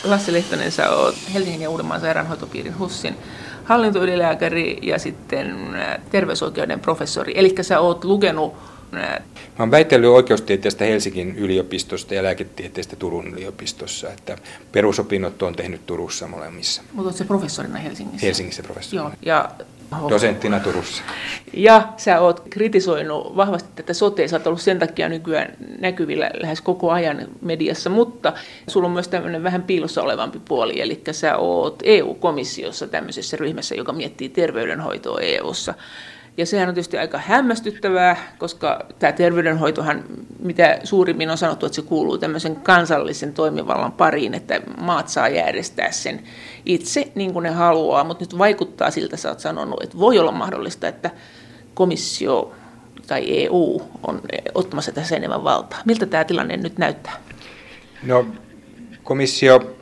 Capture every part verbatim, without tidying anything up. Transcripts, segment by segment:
Lasse Lehtonen, sä oot Helsingin ja Uudenmaan sairaanhoitopiirin HUSin hallintoylilääkäri ja sitten terveysoikeuden professori. Eli sä oot lukenut... Mä oon väitellyt oikeustieteestä Helsingin yliopistosta ja lääketieteestä Turun yliopistossa, että perusopinnot on tehnyt Turussa molemmissa. Mutta oot se professorina Helsingissä? Helsingissä professorina. Joo, ja... Dosenttina Turussa. Ja sä oot kritisoinut vahvasti tätä sotea, sä oot ollut sen takia nykyään näkyvillä lähes koko ajan mediassa, mutta sulla on myös tämmöinen vähän piilossa olevampi puoli, eli sä oot E U-komissiossa tämmöisessä ryhmässä, joka miettii terveydenhoitoa E U:ssa. Ja sehän on tietysti aika hämmästyttävää, koska tämä terveydenhoitohan, mitä suurimmin on sanottu, että se kuuluu tämmöisen kansallisen toimivallan pariin, että maat saa järjestää sen itse niin kuin ne haluaa, mutta nyt vaikuttaa siltä, sä oot sanonut, että voi olla mahdollista, että komissio tai E U on ottamassa tässä enemmän valtaa. Miltä tämä tilanne nyt näyttää? No, komissio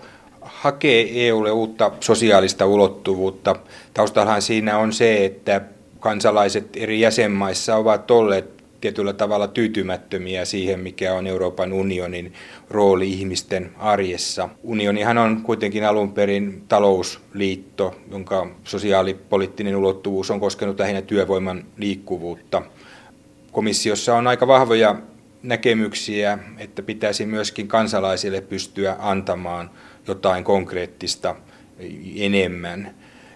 hakee E U:lle uutta sosiaalista ulottuvuutta. Taustallahan siinä on se, että kansalaiset eri jäsenmaissa ovat olleet tietyllä tavalla tyytymättömiä siihen, mikä on Euroopan unionin rooli ihmisten arjessa. Unionihan on kuitenkin alun perin talousliitto, jonka sosiaalipoliittinen ulottuvuus on koskenut lähinnä työvoiman liikkuvuutta. Komissiossa on aika vahvoja näkemyksiä, että pitäisi myöskin kansalaisille pystyä antamaan jotain konkreettista enemmän.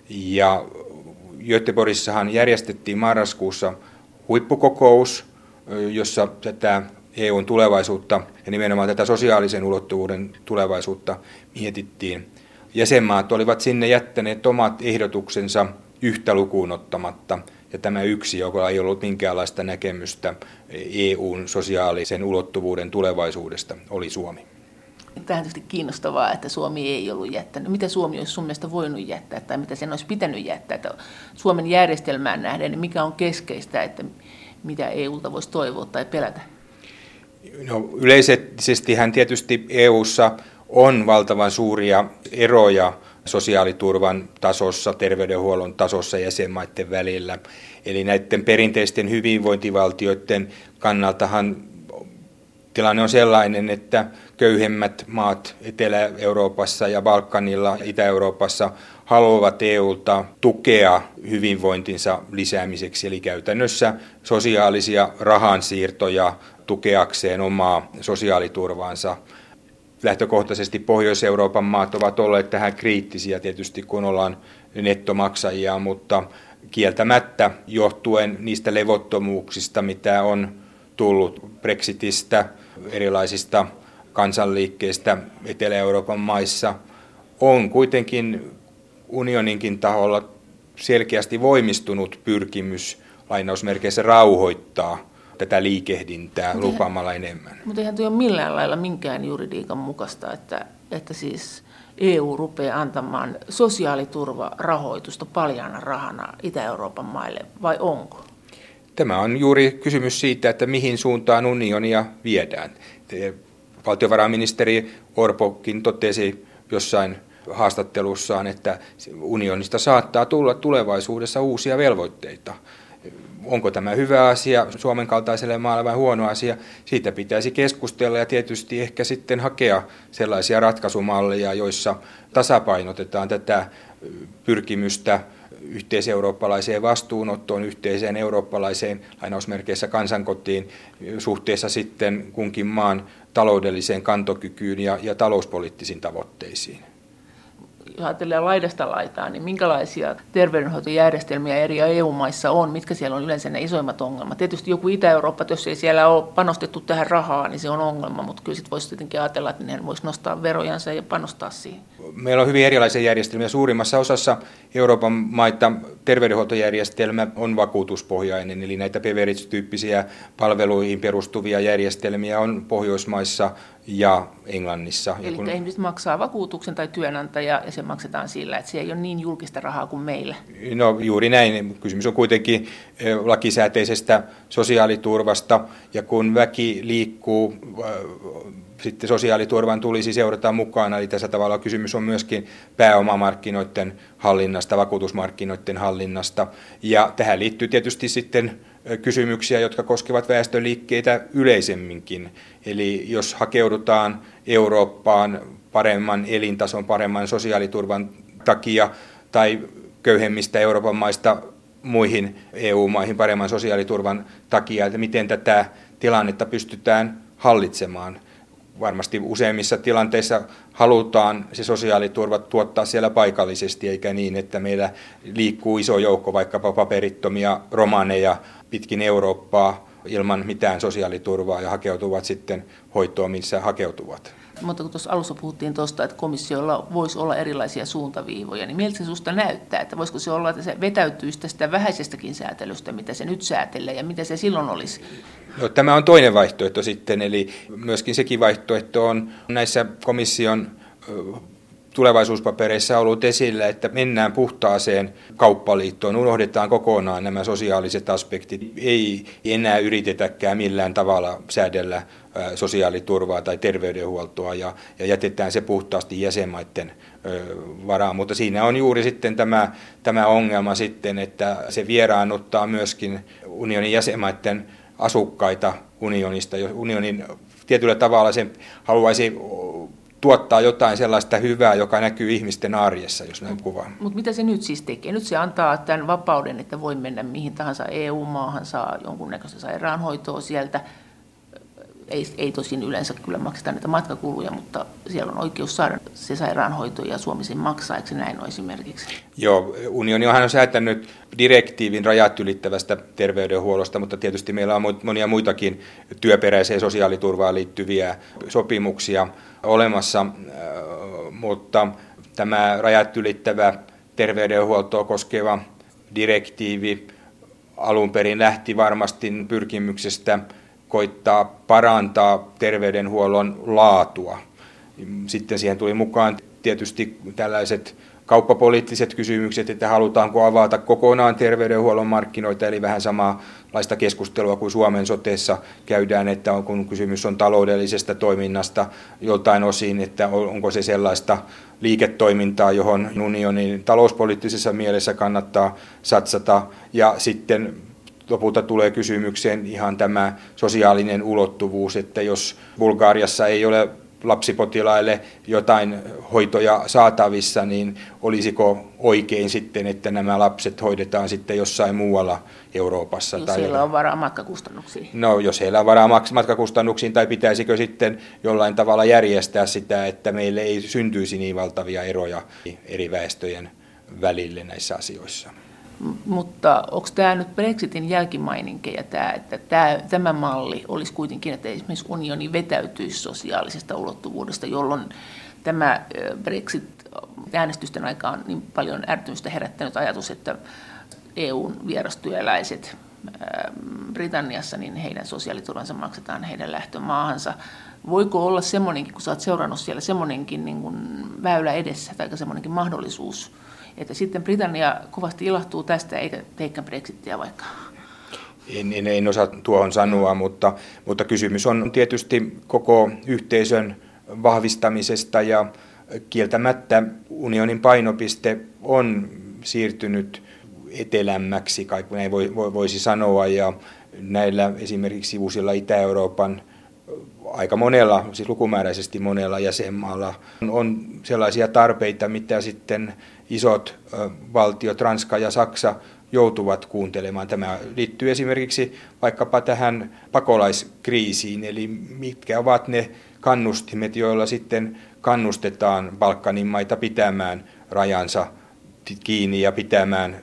Ja Göteborgissahan järjestettiin marraskuussa huippukokous, jossa tätä E U:n tulevaisuutta ja nimenomaan tätä sosiaalisen ulottuvuuden tulevaisuutta mietittiin. Jäsenmaat olivat sinne jättäneet omat ehdotuksensa yhtä lukuun ottamatta, ja tämä yksi, joka ei ollut minkäänlaista näkemystä E U:n sosiaalisen ulottuvuuden tulevaisuudesta, oli Suomi. Tämä on tietysti kiinnostavaa, että Suomi ei ollut jättänyt. Mitä Suomi olisi sun mielestä voinut jättää tai mitä sen olisi pitänyt jättää? Että Suomen järjestelmään nähden, niin mikä on keskeistä, että mitä E U:lta voisi toivoa tai pelätä? No, yleisestihän tietysti E U:ssa on valtavan suuria eroja sosiaaliturvan tasossa, terveydenhuollon tasossa jäsenmaiden välillä. Eli näiden perinteisten hyvinvointivaltioiden kannaltahan tilanne on sellainen, että köyhemmät maat Etelä-Euroopassa ja Balkanilla, Itä-Euroopassa haluavat E U:lta tukea hyvinvointinsa lisäämiseksi, eli käytännössä sosiaalisia rahansiirtoja tukeakseen omaa sosiaaliturvaansa. Lähtökohtaisesti Pohjois-Euroopan maat ovat olleet tähän kriittisiä tietysti, kun ollaan nettomaksajia, mutta kieltämättä johtuen niistä levottomuuksista, mitä on tullut Brexitistä, erilaisista kansanliikkeistä Etelä-Euroopan maissa, on kuitenkin unioninkin taholla selkeästi voimistunut pyrkimys lainausmerkeissä rauhoittaa tätä liikehdintää mutta lupaamalla eihän, enemmän. Mutta eihän tuo ole millään lailla minkään juridiikan mukaista, että, että siis E U rupeaa antamaan sosiaaliturvarahoitusta paljaana rahana Itä-Euroopan maille, vai onko? Tämä on juuri kysymys siitä, että mihin suuntaan unionia viedään. Valtiovarainministeri Orpokin totesi jossain haastattelussaan, että unionista saattaa tulla tulevaisuudessa uusia velvoitteita. Onko tämä hyvä asia Suomen kaltaiselle maalle vai huono asia? Siitä pitäisi keskustella ja tietysti ehkä sitten hakea sellaisia ratkaisumalleja, joissa tasapainotetaan tätä pyrkimystä yhteiseurooppalaiseen vastuunottoon, yhteiseen eurooppalaiseen lainausmerkeissä kansankotiin suhteessa sitten kunkin maan taloudelliseen kantokykyyn ja, ja talouspoliittisiin tavoitteisiin. Jos ajatellaan laidasta laitaan, niin minkälaisia terveydenhoitojärjestelmiä eri E U-maissa on, mitkä siellä on yleensä ne isoimmat ongelmat? Tietysti joku Itä-Eurooppa, jos ei siellä ole panostettu tähän rahaa, niin se on ongelma, mutta kyllä sitten voisi tietenkin ajatella, että ne voisi nostaa verojansa ja panostaa siihen. Meillä on hyvin erilaisia järjestelmiä. Suurimmassa osassa Euroopan maita terveydenhuoltojärjestelmä on vakuutuspohjainen, eli näitä Beveridge-tyyppisiä palveluihin perustuvia järjestelmiä on Pohjoismaissa ja Englannissa. Eli kun ihmiset maksaa vakuutuksen tai työnantaja ja se maksetaan sillä, että se ei ole niin julkista rahaa kuin meillä. No juuri näin. Kysymys on kuitenkin lakisääteisestä sosiaaliturvasta ja kun väki liikkuu, sitten sosiaaliturvan tulisi seurata mukana. Eli tässä tavalla kysymys on myöskin pääomamarkkinoiden hallinnasta, vakuutusmarkkinoiden hallinnasta ja tähän liittyy tietysti sitten kysymyksiä, jotka koskevat väestöliikkeitä yleisemminkin. Eli jos hakeudutaan Eurooppaan paremman elintason, paremman sosiaaliturvan takia tai köyhemmistä Euroopan maista muihin E U-maihin paremman sosiaaliturvan takia, että miten tätä tilannetta pystytään hallitsemaan. Varmasti useimmissa tilanteissa halutaan se sosiaaliturva tuottaa siellä paikallisesti, eikä niin, että meillä liikkuu iso joukko vaikkapa paperittomia romaneja pitkin Eurooppaa ilman mitään sosiaaliturvaa ja hakeutuvat sitten hoitoon, missä hakeutuvat. Mutta kun tuossa alussa puhuttiin tuosta, että komissiolla voisi olla erilaisia suuntaviivoja, niin miltä se susta näyttää? Että voisiko se olla, että se vetäytyisi tästä vähäisestäkin säätelystä, mitä se nyt säätelee ja mitä se silloin olisi? No, tämä on toinen vaihtoehto sitten, eli myöskin sekin vaihtoehto on näissä komission tulevaisuuspapereissa ollut esillä, että mennään puhtaaseen kauppaliittoon, unohdetaan kokonaan nämä sosiaaliset aspektit, ei enää yritetäkään millään tavalla säädellä sosiaaliturvaa tai terveydenhuoltoa ja, ja jätetään se puhtaasti jäsenmaiden varaan, mutta siinä on juuri sitten tämä, tämä ongelma sitten, että se vieraannuttaa myöskin unionin jäsenmaiden asukkaita unionista, jos unionin tietyllä tavalla se haluaisi tuottaa jotain sellaista hyvää, joka näkyy ihmisten arjessa, jos näin kuvaan. Mutta mitä se nyt siis tekee? Nyt se antaa tämän vapauden, että voi mennä mihin tahansa E U-maahan, saa jonkunnäköistä sairaanhoitoa sieltä. Ei, ei tosin yleensä kyllä makseta näitä matkakuluja, mutta siellä on oikeus saada se sairaanhoito ja Suomi sen maksaa, eikö se näin ole esimerkiksi? Joo, unioni on säätänyt direktiivin rajat ylittävästä terveydenhuollosta, mutta tietysti meillä on monia muitakin työperäiseen sosiaaliturvaan liittyviä sopimuksia olemassa, mutta tämä rajat ylittävä terveydenhuoltoa koskeva direktiivi alun perin lähti varmasti pyrkimyksestä koittaa parantaa terveydenhuollon laatua. Sitten siihen tuli mukaan tietysti tällaiset kauppapoliittiset kysymykset, että halutaanko avata kokonaan terveydenhuollon markkinoita, eli vähän samanlaista keskustelua kuin Suomen soteessa käydään, että on, kun kysymys on taloudellisesta toiminnasta joltain osin, että onko se sellaista liiketoimintaa, johon unionin talouspoliittisessa mielessä kannattaa satsata, ja sitten lopulta tulee kysymykseen ihan tämä sosiaalinen ulottuvuus, että jos Bulgariassa ei ole lapsipotilaille jotain hoitoja saatavissa, niin olisiko oikein sitten, että nämä lapset hoidetaan sitten jossain muualla Euroopassa? Jos tai heillä on varaa matkakustannuksiin. No, jos heillä on varaa matkakustannuksiin, tai pitäisikö sitten jollain tavalla järjestää sitä, että meille ei syntyisi niin valtavia eroja eri väestöjen välille näissä asioissa. Mutta onko tämä nyt Brexitin jälkimaininkeja, tämä, että tämä, tämä malli olisi kuitenkin, että esimerkiksi unioni vetäytyisi sosiaalisesta ulottuvuudesta, jolloin tämä Brexit-äänestysten aika on niin paljon ärtymystä herättänyt ajatus, että E U:n vierastyöläiset Britanniassa, niin heidän sosiaaliturvansa maksetaan heidän lähtömaahansa. Voiko olla semmoinenkin, kun sä oot seurannut siellä, semmoinenkin niin kuin väylä edessä tai semmoinenkin mahdollisuus, että sitten Britannia kovasti ilahtuu tästä, eikä teikään Brexittiä vaikka? En, en, en osaa tuohon sanoa, mutta, mutta kysymys on tietysti koko yhteisön vahvistamisesta ja kieltämättä unionin painopiste on siirtynyt etelämmäksi, kai näin voi, voisi sanoa, ja näillä esimerkiksi uusilla Itä-Euroopan aika monella, siis lukumääräisesti monella jäsenmaalla on sellaisia tarpeita, mitä sitten isot valtiot, Ranska ja Saksa, joutuvat kuuntelemaan. Tämä liittyy esimerkiksi vaikkapa tähän pakolaiskriisiin, eli mitkä ovat ne kannustimet, joilla sitten kannustetaan Balkanin maita pitämään rajansa kiinni ja pitämään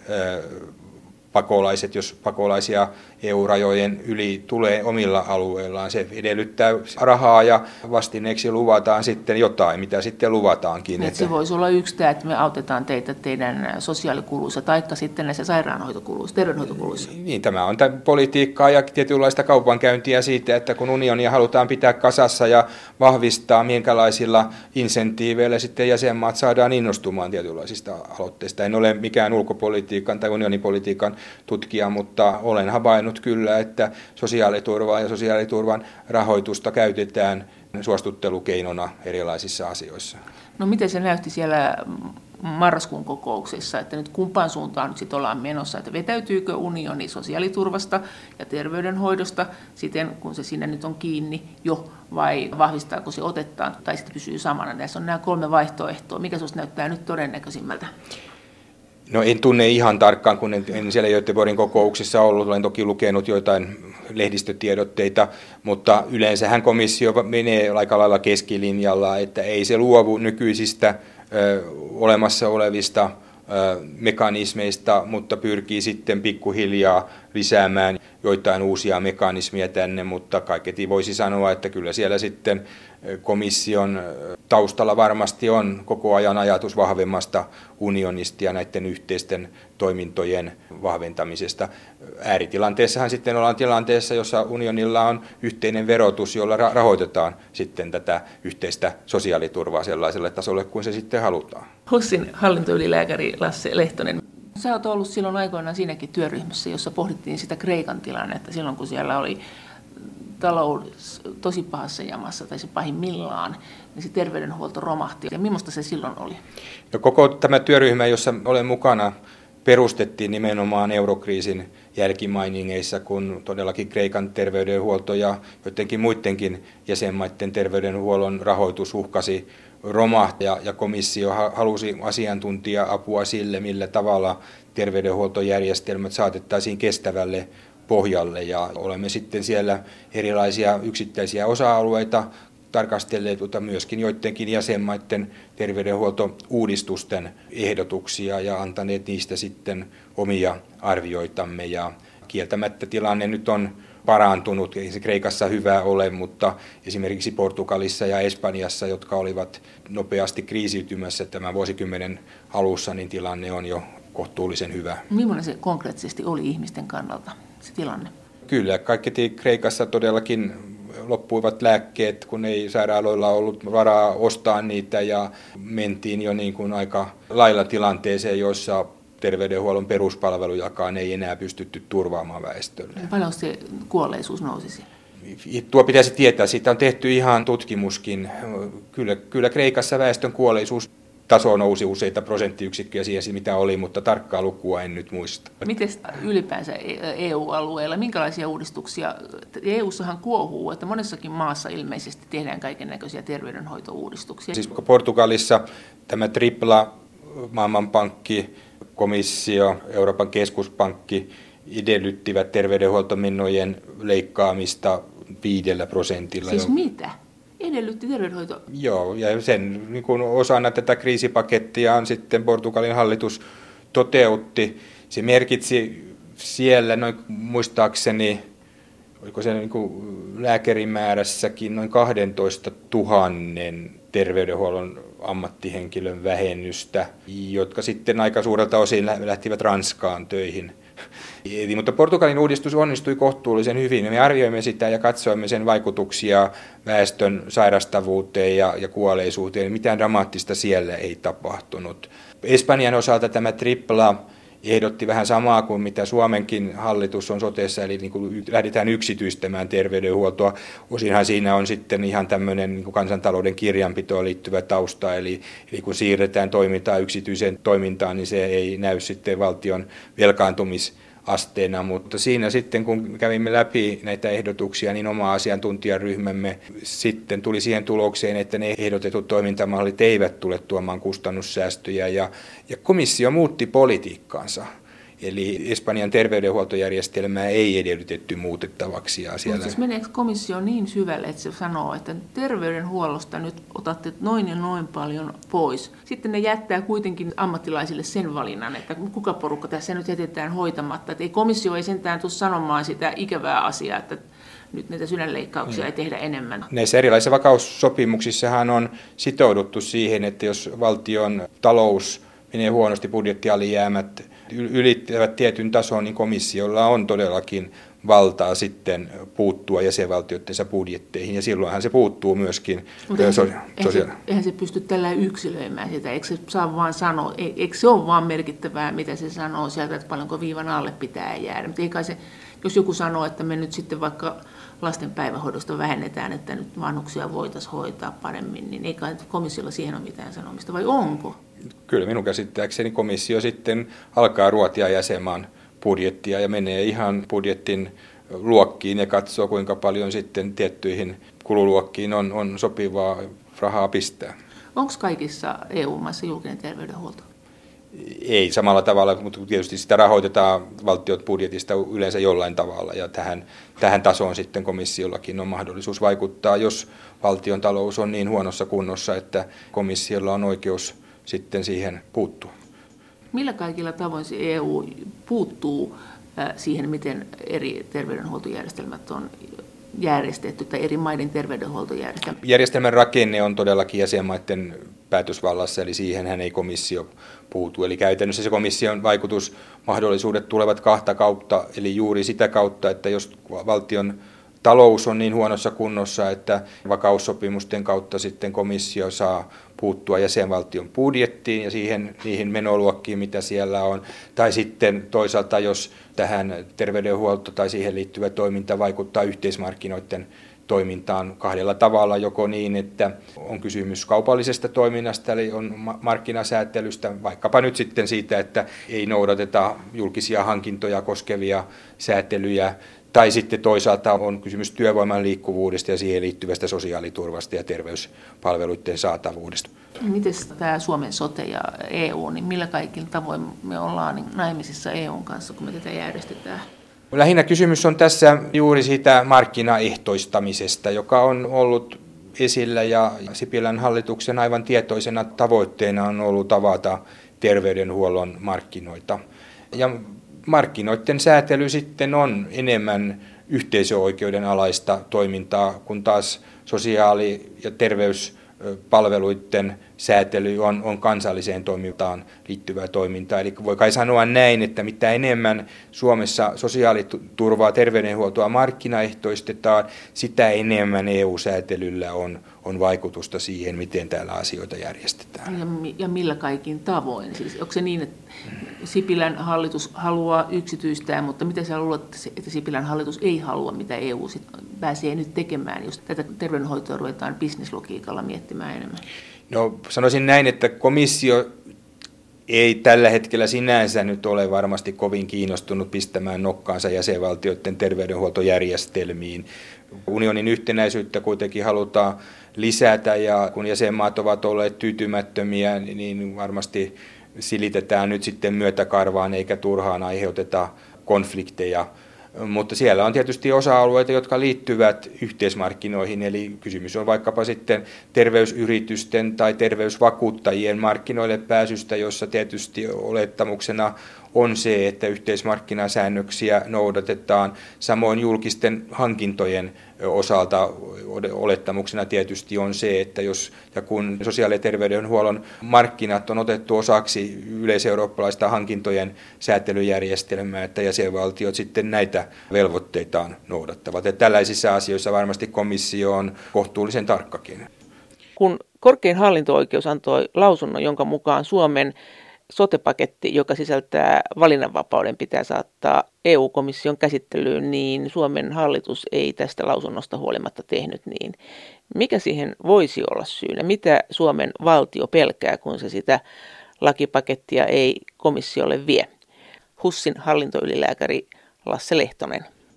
pakolaiset, jos pakolaisia E U-rajojen yli tulee omilla alueillaan. Se edellyttää rahaa ja vastineeksi luvataan sitten jotain, mitä sitten luvataankin. Että se voisi olla yksi tämä, että me autetaan teitä teidän sosiaalikuluissa tai sitten näissä sairaanhoitokuluissa, terveydenhoitokuluissa. Niin, tämä on tämä politiikkaa ja tietynlaista kaupankäyntiä siitä, että kun unionia halutaan pitää kasassa ja vahvistaa, minkälaisilla insentiiveillä sitten jäsenmaat saadaan innostumaan tietynlaisista aloitteista. En ole mikään ulkopolitiikan tai unionipolitiikan tutkija, mutta olen havainnut kyllä, että sosiaaliturvaa ja sosiaaliturvan rahoitusta käytetään suostuttelukeinona erilaisissa asioissa. No miten se näytti siellä marraskuun kokouksessa, että nyt kumpaan suuntaan nyt sitten ollaan menossa, että vetäytyykö unioni sosiaaliturvasta ja terveydenhoidosta siten, kun se siinä nyt on kiinni jo, vai vahvistaako se otettaan tai sitten pysyy samana. Tässä on nämä kolme vaihtoehtoa. Mikä sinusta näyttää nyt todennäköisimmältä? No en tunne ihan tarkkaan, kun en, en siellä Göteborgin kokouksissa ollut. Olen toki lukenut joitain lehdistötiedotteita, mutta yleensähän komissio menee aika lailla keskilinjalla, että ei se luovu nykyisistä ö, olemassa olevista ö, mekanismeista, mutta pyrkii sitten pikkuhiljaa lisäämään joitain uusia mekanismia tänne, mutta kaiketi voisi sanoa, että kyllä siellä sitten komission taustalla varmasti on koko ajan ajatus vahvemmasta unionista ja näiden yhteisten toimintojen vahventamisesta. Ääritilanteessahan sitten ollaan tilanteessa, jossa unionilla on yhteinen verotus, jolla rahoitetaan sitten tätä yhteistä sosiaaliturvaa sellaiselle tasolle, kuin se sitten halutaan. HUSin hallintoylilääkäri Lasse Lehtonen. Sä oot ollut silloin aikoinaan siinäkin työryhmässä, jossa pohdittiin sitä Kreikan tilannetta silloin, kun siellä oli talous tosi pahassa jamassa tai se pahimmillaan, niin se terveydenhuolto romahti. Ja millaista se silloin oli? No, koko tämä työryhmä, jossa olen mukana, perustettiin nimenomaan eurokriisin jälkimainingeissa, kun todellakin Kreikan terveydenhuolto ja jotenkin muidenkin jäsenmaiden terveydenhuollon rahoitus uhkasi romahtaa, ja komissio halusi asiantuntija-apua sille, millä tavalla terveydenhuoltojärjestelmät saatettaisiin kestävälle pohjalle, ja olemme sitten siellä erilaisia yksittäisiä osa-alueita tarkastelleet, mutta myöskin joidenkin jäsenmaiden terveydenhuoltouudistusten ehdotuksia ja antaneet niistä sitten omia arvioitamme, ja kieltämättä tilanne nyt on parantunut, ei se Kreikassa hyvä ole, mutta esimerkiksi Portugalissa ja Espanjassa, jotka olivat nopeasti kriisiytymässä tämän vuosikymmenen alussa, niin tilanne on jo kohtuullisen hyvä. Millainen se konkreettisesti oli ihmisten kannalta, se tilanne? Kyllä, kaikki Kreikassa todellakin loppuivat lääkkeet, kun ei sairaaloilla ollut varaa ostaa niitä, ja mentiin jo niin kuin aika lailla tilanteeseen, jossa terveydenhuollon peruspalvelujakaan ei enää pystytty turvaamaan väestölle. Paljon se kuolleisuus nousisi? Tuo pitäisi tietää, siitä on tehty ihan tutkimuskin. Kyllä, kyllä Kreikassa väestön kuolleisuus taso nousi useita prosenttiyksikköjä siihen, mitä oli, mutta tarkkaa lukua en nyt muista. Miten ylipäänsä E U-alueella, minkälaisia uudistuksia? E U-ssahan kuohuu, että monessakin maassa ilmeisesti tehdään kaikennäköisiä terveydenhoitouudistuksia. Siis Portugalissa tämä tripla, Maailmanpankki, komissio, Euroopan keskuspankki edellyttivät terveydenhuoltomenojen leikkaamista viidellä prosentilla. Siis mitä? Edellytti terveydenhoito? Joo, ja sen niin kuin osana tätä kriisipakettia on sitten Portugalin hallitus toteutti. Se merkitsi siellä, noin muistaakseni, oliko se niin kuin lääkärimäärässäkin noin kaksitoista tuhatta terveydenhuollon ammattihenkilön vähennystä, jotka sitten aika suurelta osin lähtivät Ranskaan töihin. Eli, mutta Portugalin uudistus onnistui kohtuullisen hyvin. Me arvioimme sitä ja katsoimme sen vaikutuksia väestön sairastavuuteen ja, ja kuolleisuuteen. Mitään dramaattista siellä ei tapahtunut. Espanjan osalta tämä tripla ehdotti vähän samaa kuin mitä Suomenkin hallitus on sotessa, eli niin kuin lähdetään yksityistämään terveydenhuoltoa. Osinhan siinä on sitten ihan tämmöinen niin kuin kansantalouden kirjanpitoon liittyvä tausta, eli, eli kun siirretään toimintaa yksityiseen toimintaan, niin se ei näy sitten valtion velkaantumisasteena, mutta siinä sitten kun kävimme läpi näitä ehdotuksia, niin oma asiantuntijaryhmämme sitten tuli siihen tulokseen, että ne ehdotetut toimintamallit eivät tule tuomaan kustannussäästöjä, ja, ja komissio muutti politiikkaansa. Eli Espanjan terveydenhuoltojärjestelmää ei edellytetty muutettavaksi. Ja siellä... Siis meneekö komissio niin syvälle, että se sanoo, että terveydenhuollosta nyt otatte noin ja noin paljon pois. Sitten ne jättää kuitenkin ammattilaisille sen valinnan, että kuka porukka tässä nyt jätetään hoitamatta. Että ei komissio ei sentään tule sanomaan sitä ikävää asiaa, että nyt näitä sydänleikkauksia hmm. ei tehdä enemmän. Näissä erilaisissa vakaussopimuksissahan on sitouduttu siihen, että jos valtion talous menee huonosti, budjettialijäämät ylittävät tietyn tason, niin komissiolla on todellakin valtaa sitten puuttua jäsenvaltioittensa budjetteihin, ja silloinhan se puuttuu myöskin. Mutta eihän, sosiaali- eihän, se, eihän se pysty tällä yksilöimään sitä, eikö se saa vaan sanoa, eikö se ole vaan merkittävää, mitä se sanoo sieltä, että paljonko viivan alle pitää jäädä. Mutta eikä se, jos joku sanoo, että me nyt sitten vaikka lasten päivähoidosta vähennetään, että nyt vanhuksia voitaisiin hoitaa paremmin, niin ei kai komissiolla siihen ole mitään sanomista, vai onko? Kyllä minun käsittääkseni komissio sitten alkaa ruotia jäsenmaan budjettia ja menee ihan budjetin luokkiin ja katsoo, kuinka paljon sitten tiettyihin kululuokkiin on, on sopivaa rahaa pistää. Onko kaikissa E U-maissa julkinen terveydenhuolto? Ei samalla tavalla, mutta tietysti sitä rahoitetaan valtion budjetista yleensä jollain tavalla, ja tähän, tähän tasoon sitten komissiollakin on mahdollisuus vaikuttaa, jos valtion talous on niin huonossa kunnossa, että komissiolla on oikeus sitten siihen puuttua. Millä kaikilla tavoin se E U puuttuu siihen, miten eri terveydenhuoltojärjestelmät on järjestetty tai eri maiden terveydenhuoltojärjestelmät? Järjestelmän rakenne on todellakin jäsenmaiden päätösvallassa, eli siihenhän ei komissio puutu. Eli käytännössä se komission vaikutusmahdollisuudet tulevat kahta kautta, eli juuri sitä kautta, että jos valtion talous on niin huonossa kunnossa, että vakaussopimusten kautta sitten komissio saa puuttua jäsenvaltion budjettiin ja siihen, niihin menoluokkiin, mitä siellä on. Tai sitten toisaalta, jos tähän terveydenhuolto tai siihen liittyvä toiminta vaikuttaa yhteismarkkinoiden toimintaan kahdella tavalla, joko niin, että on kysymys kaupallisesta toiminnasta, eli on markkinasäätelystä, vaikkapa nyt sitten siitä, että ei noudateta julkisia hankintoja koskevia säätelyjä, tai sitten toisaalta on kysymys työvoiman liikkuvuudesta ja siihen liittyvästä sosiaaliturvasta ja terveyspalveluiden saatavuudesta. Miten tämä Suomen sote ja E U, niin millä kaikilla tavoin me ollaan naimisissa E U:n kanssa, kun me tätä järjestetään? Lähinnä kysymys on tässä juuri siitä markkinaehtoistamisesta, joka on ollut esillä, ja Sipilän hallituksen aivan tietoisena tavoitteena on ollut avata terveydenhuollon markkinoita. Ja markkinoiden säätely sitten on enemmän yhteisöoikeuden alaista toimintaa, kun taas sosiaali- ja terveyspalveluiden säätely on, on kansalliseen toimintaan liittyvää toimintaa. Eli voi kai sanoa näin, että mitä enemmän Suomessa sosiaaliturvaa, terveydenhuoltoa markkinaehtoistetaan, sitä enemmän E U-säätelyllä on, on vaikutusta siihen, miten täällä asioita järjestetään. Ja, ja millä kaikin tavoin? Siis, onko se niin, että Sipilän hallitus haluaa yksityistää, mutta miten sä luulet, että Sipilän hallitus ei halua, mitä E U sit pääsee nyt tekemään, jos tätä terveydenhoitoa ruvetaan bisneslogiikalla miettimään enemmän? No sanoisin näin, että komissio ei tällä hetkellä sinänsä nyt ole varmasti kovin kiinnostunut pistämään nokkaansa jäsenvaltioiden terveydenhuoltojärjestelmiin. Unionin yhtenäisyyttä kuitenkin halutaan lisätä, ja kun jäsenmaat ovat olleet tyytymättömiä, niin varmasti silitetään nyt sitten myötäkarvaan eikä turhaan aiheuteta konflikteja. Mutta siellä on tietysti osa-alueita, jotka liittyvät yhteismarkkinoihin, eli kysymys on vaikkapa sitten terveysyritysten tai terveysvakuuttajien markkinoille pääsystä, jossa tietysti olettamuksena on se, että yhteismarkkinasäännöksiä noudatetaan. Samoin julkisten hankintojen osalta olettamuksena tietysti on se, että jos ja kun sosiaali- ja terveydenhuollon markkinat on otettu osaksi yleiseurooppalaista hankintojen säätelyjärjestelmää, että jäsenvaltiot sitten näitä velvoitteitaan noudattavat. Ja tällaisissa asioissa varmasti komissio on kohtuullisen tarkkakin. Kun korkein hallinto-oikeus antoi lausunnon, jonka mukaan Suomen sote-paketti, joka sisältää valinnanvapauden, pitää saattaa E U-komission käsittelyyn, niin Suomen hallitus ei tästä lausunnosta huolimatta tehnyt niin. Mikä siihen voisi olla syynä? Mitä Suomen valtio pelkää, kun se sitä lakipakettia ei komissiolle vie? HUSin hallintoylilääkäri Lasse Lehtonen.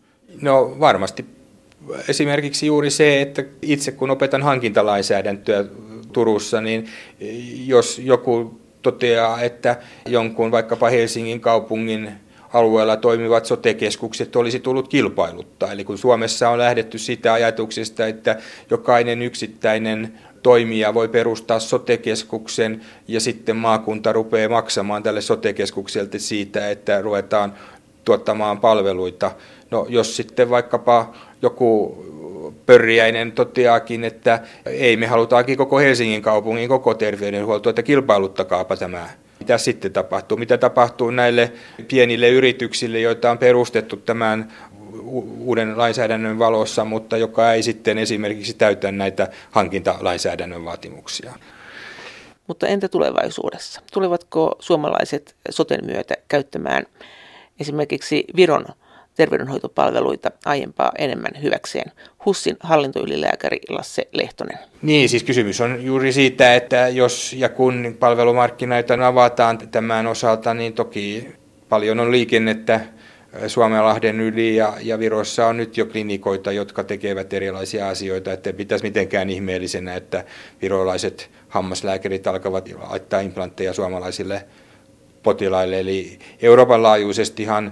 No varmasti esimerkiksi juuri se, että itse kun opetan hankintalainsäädäntöä Turussa, niin jos joku toteaa, että jonkun vaikkapa Helsingin kaupungin alueella toimivat sote-keskukset olisi tullut kilpailuttaa. Eli kun Suomessa on lähdetty sitä ajatuksesta, että jokainen yksittäinen toimija voi perustaa sote-keskuksen ja sitten maakunta rupeaa maksamaan tälle sote-keskukselta siitä, että ruvetaan tuottamaan palveluita. No jos sitten vaikkapa joku pörriäinen toteaakin, että ei, me halutaankin koko Helsingin kaupungin koko terveydenhuoltoa, että kilpailuttakaapa tämä. Mitä sitten tapahtuu? Mitä tapahtuu näille pienille yrityksille, joita on perustettu tämän uuden lainsäädännön valossa, mutta joka ei sitten esimerkiksi täytä näitä hankintalainsäädännön vaatimuksia? Mutta entä tulevaisuudessa? Tulevatko suomalaiset soten myötä käyttämään esimerkiksi Viron terveydenhoitopalveluita aiempaa enemmän hyväkseen. HUSin hallintoylilääkäri Lasse Lehtonen. Niin, siis kysymys on juuri siitä, että jos ja kun palvelumarkkinoita avataan tämän osalta, niin toki paljon on liikennettä Suomenlahden yli ja, ja Virossa on nyt jo klinikoita, jotka tekevät erilaisia asioita, että pitäisi mitenkään ihmeellisenä, että virolaiset hammaslääkärit alkavat laittaa implantteja suomalaisille potilaille. Eli Euroopan laajuisestihan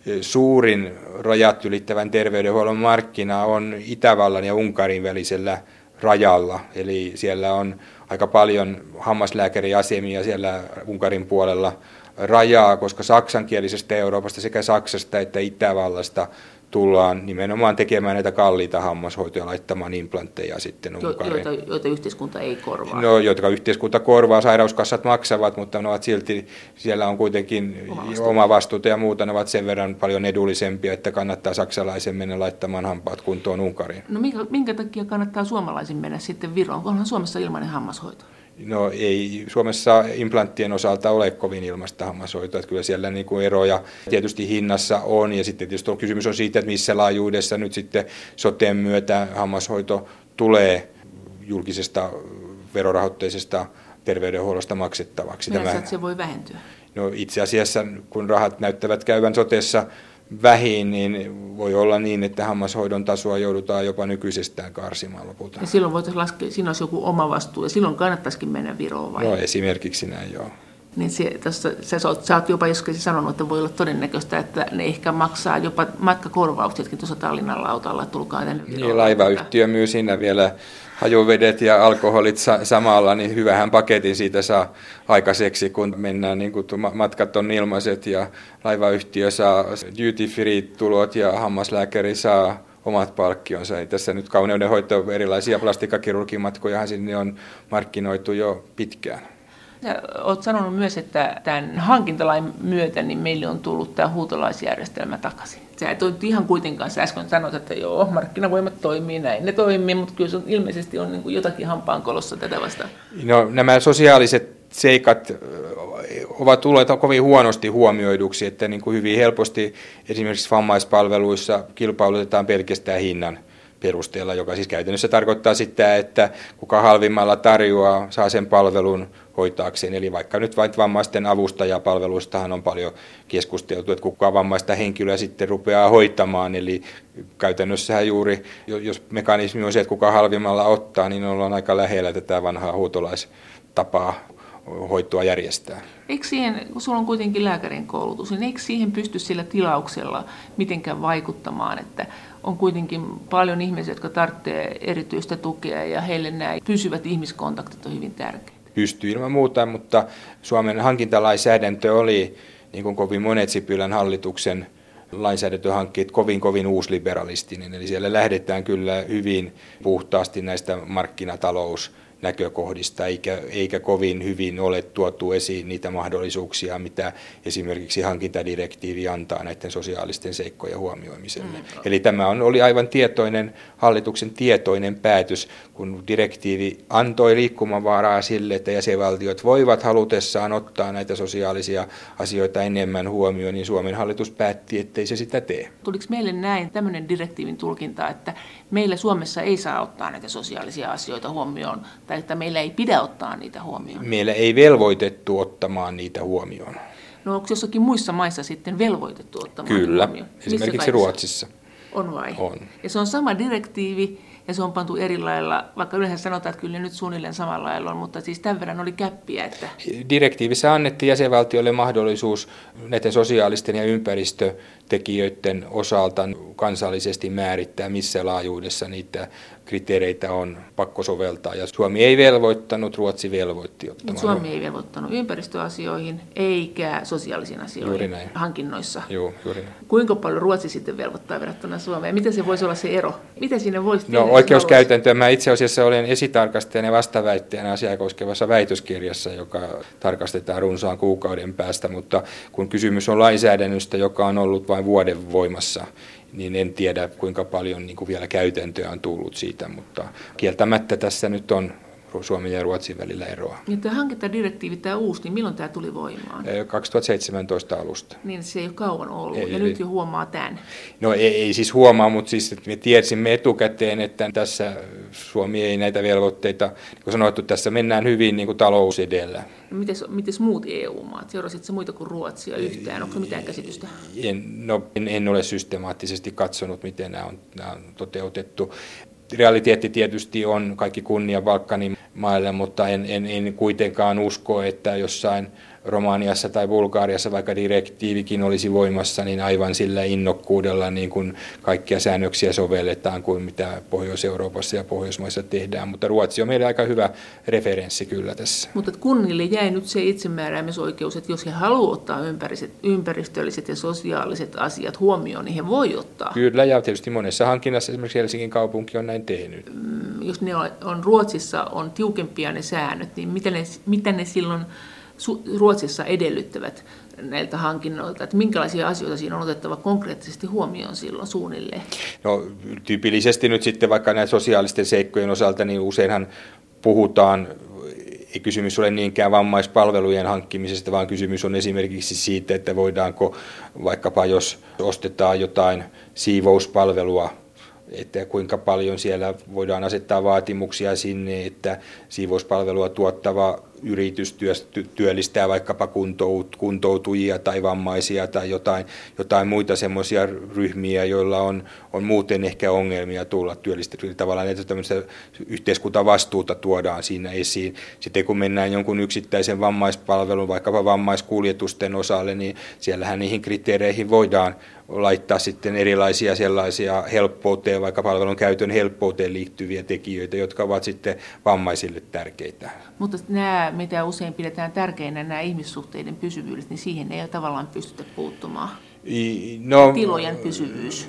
suurin rajat ylittävän terveydenhuollon markkina on Itävallan ja Unkarin välisellä rajalla, eli siellä on aika paljon hammaslääkäriasemia siellä Unkarin puolella rajaa, koska saksankielisestä Euroopasta sekä Saksasta että Itävallasta tullaan nimenomaan tekemään näitä kalliita hammashoitoja, laittamaan implantteja sitten Unkariin. Joita, joita yhteiskunta ei korvaa. No, jotka yhteiskunta korvaa, sairauskassat maksavat, mutta ne ovat silti, siellä on kuitenkin oma vastuuta ja muuta, ne ovat sen verran paljon edullisempia, että kannattaa saksalaisen mennä laittamaan hampaat kuntoon Unkariin. No minkä, minkä takia kannattaa suomalaisen mennä sitten Viroon? Onhan Suomessa ilmainen hammashoito? No ei Suomessa implanttien osalta ole kovin ilmaista hammashoitoa, että kyllä siellä niin kuin eroja tietysti hinnassa on ja sitten tietysti on kysymys on siitä, että missä laajuudessa nyt sitten soten myötä hammashoito tulee julkisesta verorahoitteisesta terveydenhuollosta maksettavaksi. Minä Tämä, että se voi vähentyä? No itse asiassa kun rahat näyttävät käyvän sotessa vähin, niin voi olla niin, että hammashoidon tasoa joudutaan jopa nykyisestään karsimaan lopulta. Ja silloin voitaisiin laskea, siinä olisi joku oma vastuu ja silloin kannattaisikin mennä Viroon vai? No esimerkiksi näin, joo. Niin se, tossa, sä, sä oot jopa joskus sanonut, että voi olla todennäköistä, että ne ehkä maksaa jopa matkakorvauksetkin tuossa Tallinnan lautalla, että tulkaa tänne Viroon. Niin, laivayhtiö myy siinä vielä hajuvedet ja alkoholit sa- samalla, niin hyvähän paketin siitä saa aikaiseksi, kun mennään, niin kuin matkat on ilmaiset ja laivayhtiö saa duty free tulot ja hammaslääkäri saa omat palkkionsa. Ei tässä nyt kauneudenhoito, erilaisia plastiikkakirurgimatkojahan sinne on markkinoitu jo pitkään. Sä olet sanonut myös, että tämän hankintalain myötä niin meille on tullut tämä huutolaisjärjestelmä takaisin. Sä et ole ihan kuitenkaan, sä äsken sanoit, että joo, markkinavoimat toimii, näin ne toimii, mutta kyllä se on, ilmeisesti on niin kuin jotakin hampaankolossa tätä vastaan. No, nämä sosiaaliset seikat ovat tulleet kovin huonosti huomioiduksi, että niin kuin hyvin helposti esimerkiksi vammaispalveluissa kilpailutetaan pelkästään hinnan perusteella, joka siis käytännössä tarkoittaa sitä, että kuka halvimmalla tarjoaa, saa sen palvelun hoitaakseen. Eli vaikka nyt vain vammaisten avustajapalveluistahan on paljon keskusteltu, että kuka vammaista henkilöä sitten rupeaa hoitamaan. Eli käytännössähän juuri, jos mekanismi on se, että kuka halvimmalla ottaa, niin ollaan aika lähellä tätä vanhaa huutolaistapaa hoitoa järjestää. Eikö siihen, kun sulla on kuitenkin lääkärin koulutus, niin eikö siihen pysty sillä tilauksella mitenkään vaikuttamaan, että on kuitenkin paljon ihmisiä, jotka tarvitsevat erityistä tukea ja heille nämä pysyvät ihmiskontaktit on hyvin tärkeitä? Pystyy ilman muuta, mutta Suomen hankintalainsäädäntö oli, niin kuin kovin monet Sipilän hallituksen lainsäädäntöhankkeet, kovin kovin uusliberalistinen. Eli siellä lähdetään kyllä hyvin puhtaasti näistä markkinatalous näkökohdista, eikä, eikä kovin hyvin ole tuotu esiin niitä mahdollisuuksia, mitä esimerkiksi hankintadirektiivi antaa näiden sosiaalisten seikkojen huomioimiselle. Mm. Eli tämä on, oli aivan tietoinen, hallituksen tietoinen päätös, kun direktiivi antoi liikkumavaraa sille, että jäsenvaltiot voivat halutessaan ottaa näitä sosiaalisia asioita enemmän huomioon, niin Suomen hallitus päätti, ettei se sitä tee. Tuliko meille näin tämmöinen direktiivin tulkinta, että meillä Suomessa ei saa ottaa näitä sosiaalisia asioita huomioon, tai että meillä ei pidä ottaa niitä huomioon? Meillä ei velvoitettu ottamaan niitä huomioon. No onko jossakin muissa maissa sitten velvoitettu ottamaan Kyllä, huomioon? Kyllä, esimerkiksi Ruotsissa. On vai? On. Ja se on sama direktiivi ja se on pantu eri lailla, vaikka yleensä sanotaan, että kyllä nyt suunnilleen samalla lailla on, mutta siis tämän verran oli käppiä. Että... Direktiivissä annettiin jäsenvaltioille mahdollisuus näiden sosiaalisten ja ympäristötekijöiden osalta kansallisesti määrittää, missä laajuudessa niitä kriteereitä on pakko soveltaa. Ja Suomi ei velvoittanut, Ruotsi velvoitti ottamaan. Suomi ei velvoittanut ympäristöasioihin eikä sosiaalisiin asioihin hankinnoissa. Joo, juuri näin. Kuinka paljon Ruotsi sitten velvoittaa verrattuna Suomeen? Miten se voisi olla se ero? Miten siinä voisi No oikeuskäytäntöä. Mä itse asiassa olen esitarkastajana ja vastaväittäjänä asiaa koskevassa väitöskirjassa, joka tarkastetaan runsaan kuukauden päästä, mutta kun kysymys on lainsäädännöstä, joka on ollut vain vuoden voimassa, niin en tiedä kuinka paljon niin kuin vielä käytäntöä on tullut siitä, mutta kieltämättä tässä nyt on Suomen ja Ruotsin välillä eroa. Ja tämä hankintadirektiivi, tämä uusi, niin milloin tämä tuli voimaan? kaksituhattaseitsemäntoista alusta. Niin, se ei ole kauan ollut, ei, ja eli, nyt jo huomaa tämän. No ei, ei siis huomaa, mutta siis että me tiesimme etukäteen, että tässä Suomi ei näitä velvoitteita, niin kuin sanottu, tässä mennään hyvin niin kuin talous edellä. No, mites, mites muut E U-maat? Seurasitko muita kuin Ruotsia yhtään? Onko mitään käsitystä? En, no, en, en ole systemaattisesti katsonut, miten nämä on, nämä on toteutettu. Realiteetti tietysti on kaikki kunnia Balkanin maille, mutta en, en, en kuitenkaan usko, että jossain Romaniassa tai Bulgariassa, vaikka direktiivikin olisi voimassa, niin aivan sillä innokkuudella niin kuin kaikkia säännöksiä sovelletaan kuin mitä Pohjois-Euroopassa ja Pohjoismaissa tehdään. Mutta Ruotsi on meille aika hyvä referenssi kyllä tässä. Mutta kunnille jäi nyt se itsemääräämisoikeus, että jos he haluavat ottaa ympäristölliset ja sosiaaliset asiat huomioon, niin he voi ottaa. Kyllä, ja tietysti monessa hankinnassa esimerkiksi Helsingin kaupunki on näin tehnyt. Jos ne on Ruotsissa on tiukempia ne säännöt, niin mitä ne, mitä ne silloin Ruotsissa edellyttävät näiltä hankinnoilta, että minkälaisia asioita siinä on otettava konkreettisesti huomioon silloin suunnilleen? No tyypillisesti nyt sitten vaikka näiden sosiaalisten seikkojen osalta, niin useinhan puhutaan, ei kysymys ole niinkään vammaispalvelujen hankkimisesta, vaan kysymys on esimerkiksi siitä, että voidaanko vaikkapa jos ostetaan jotain siivouspalvelua, että kuinka paljon siellä voidaan asettaa vaatimuksia sinne, että siivouspalvelua tuottava yritys työllistää vaikkapa kuntoutujia tai vammaisia tai jotain, jotain muita semmoisia ryhmiä, joilla on, on muuten ehkä ongelmia tulla työllistetyksi. Tavallaan että tämmöistä yhteiskuntavastuuta tuodaan siinä esiin. Sitten kun mennään jonkun yksittäisen vammaispalvelun, vaikkapa vammaiskuljetusten osalle, niin siellähän niihin kriteereihin voidaan laittaa sitten erilaisia sellaisia helppouteen, vaikka palvelun käytön helppouteen liittyviä tekijöitä, jotka ovat sitten vammaisille tärkeitä. Mutta nämä, mitä usein pidetään tärkeinä, nämä ihmissuhteiden pysyvyydet, niin siihen ei tavallaan pystytä puuttumaan. No, tilojen pysyvyys.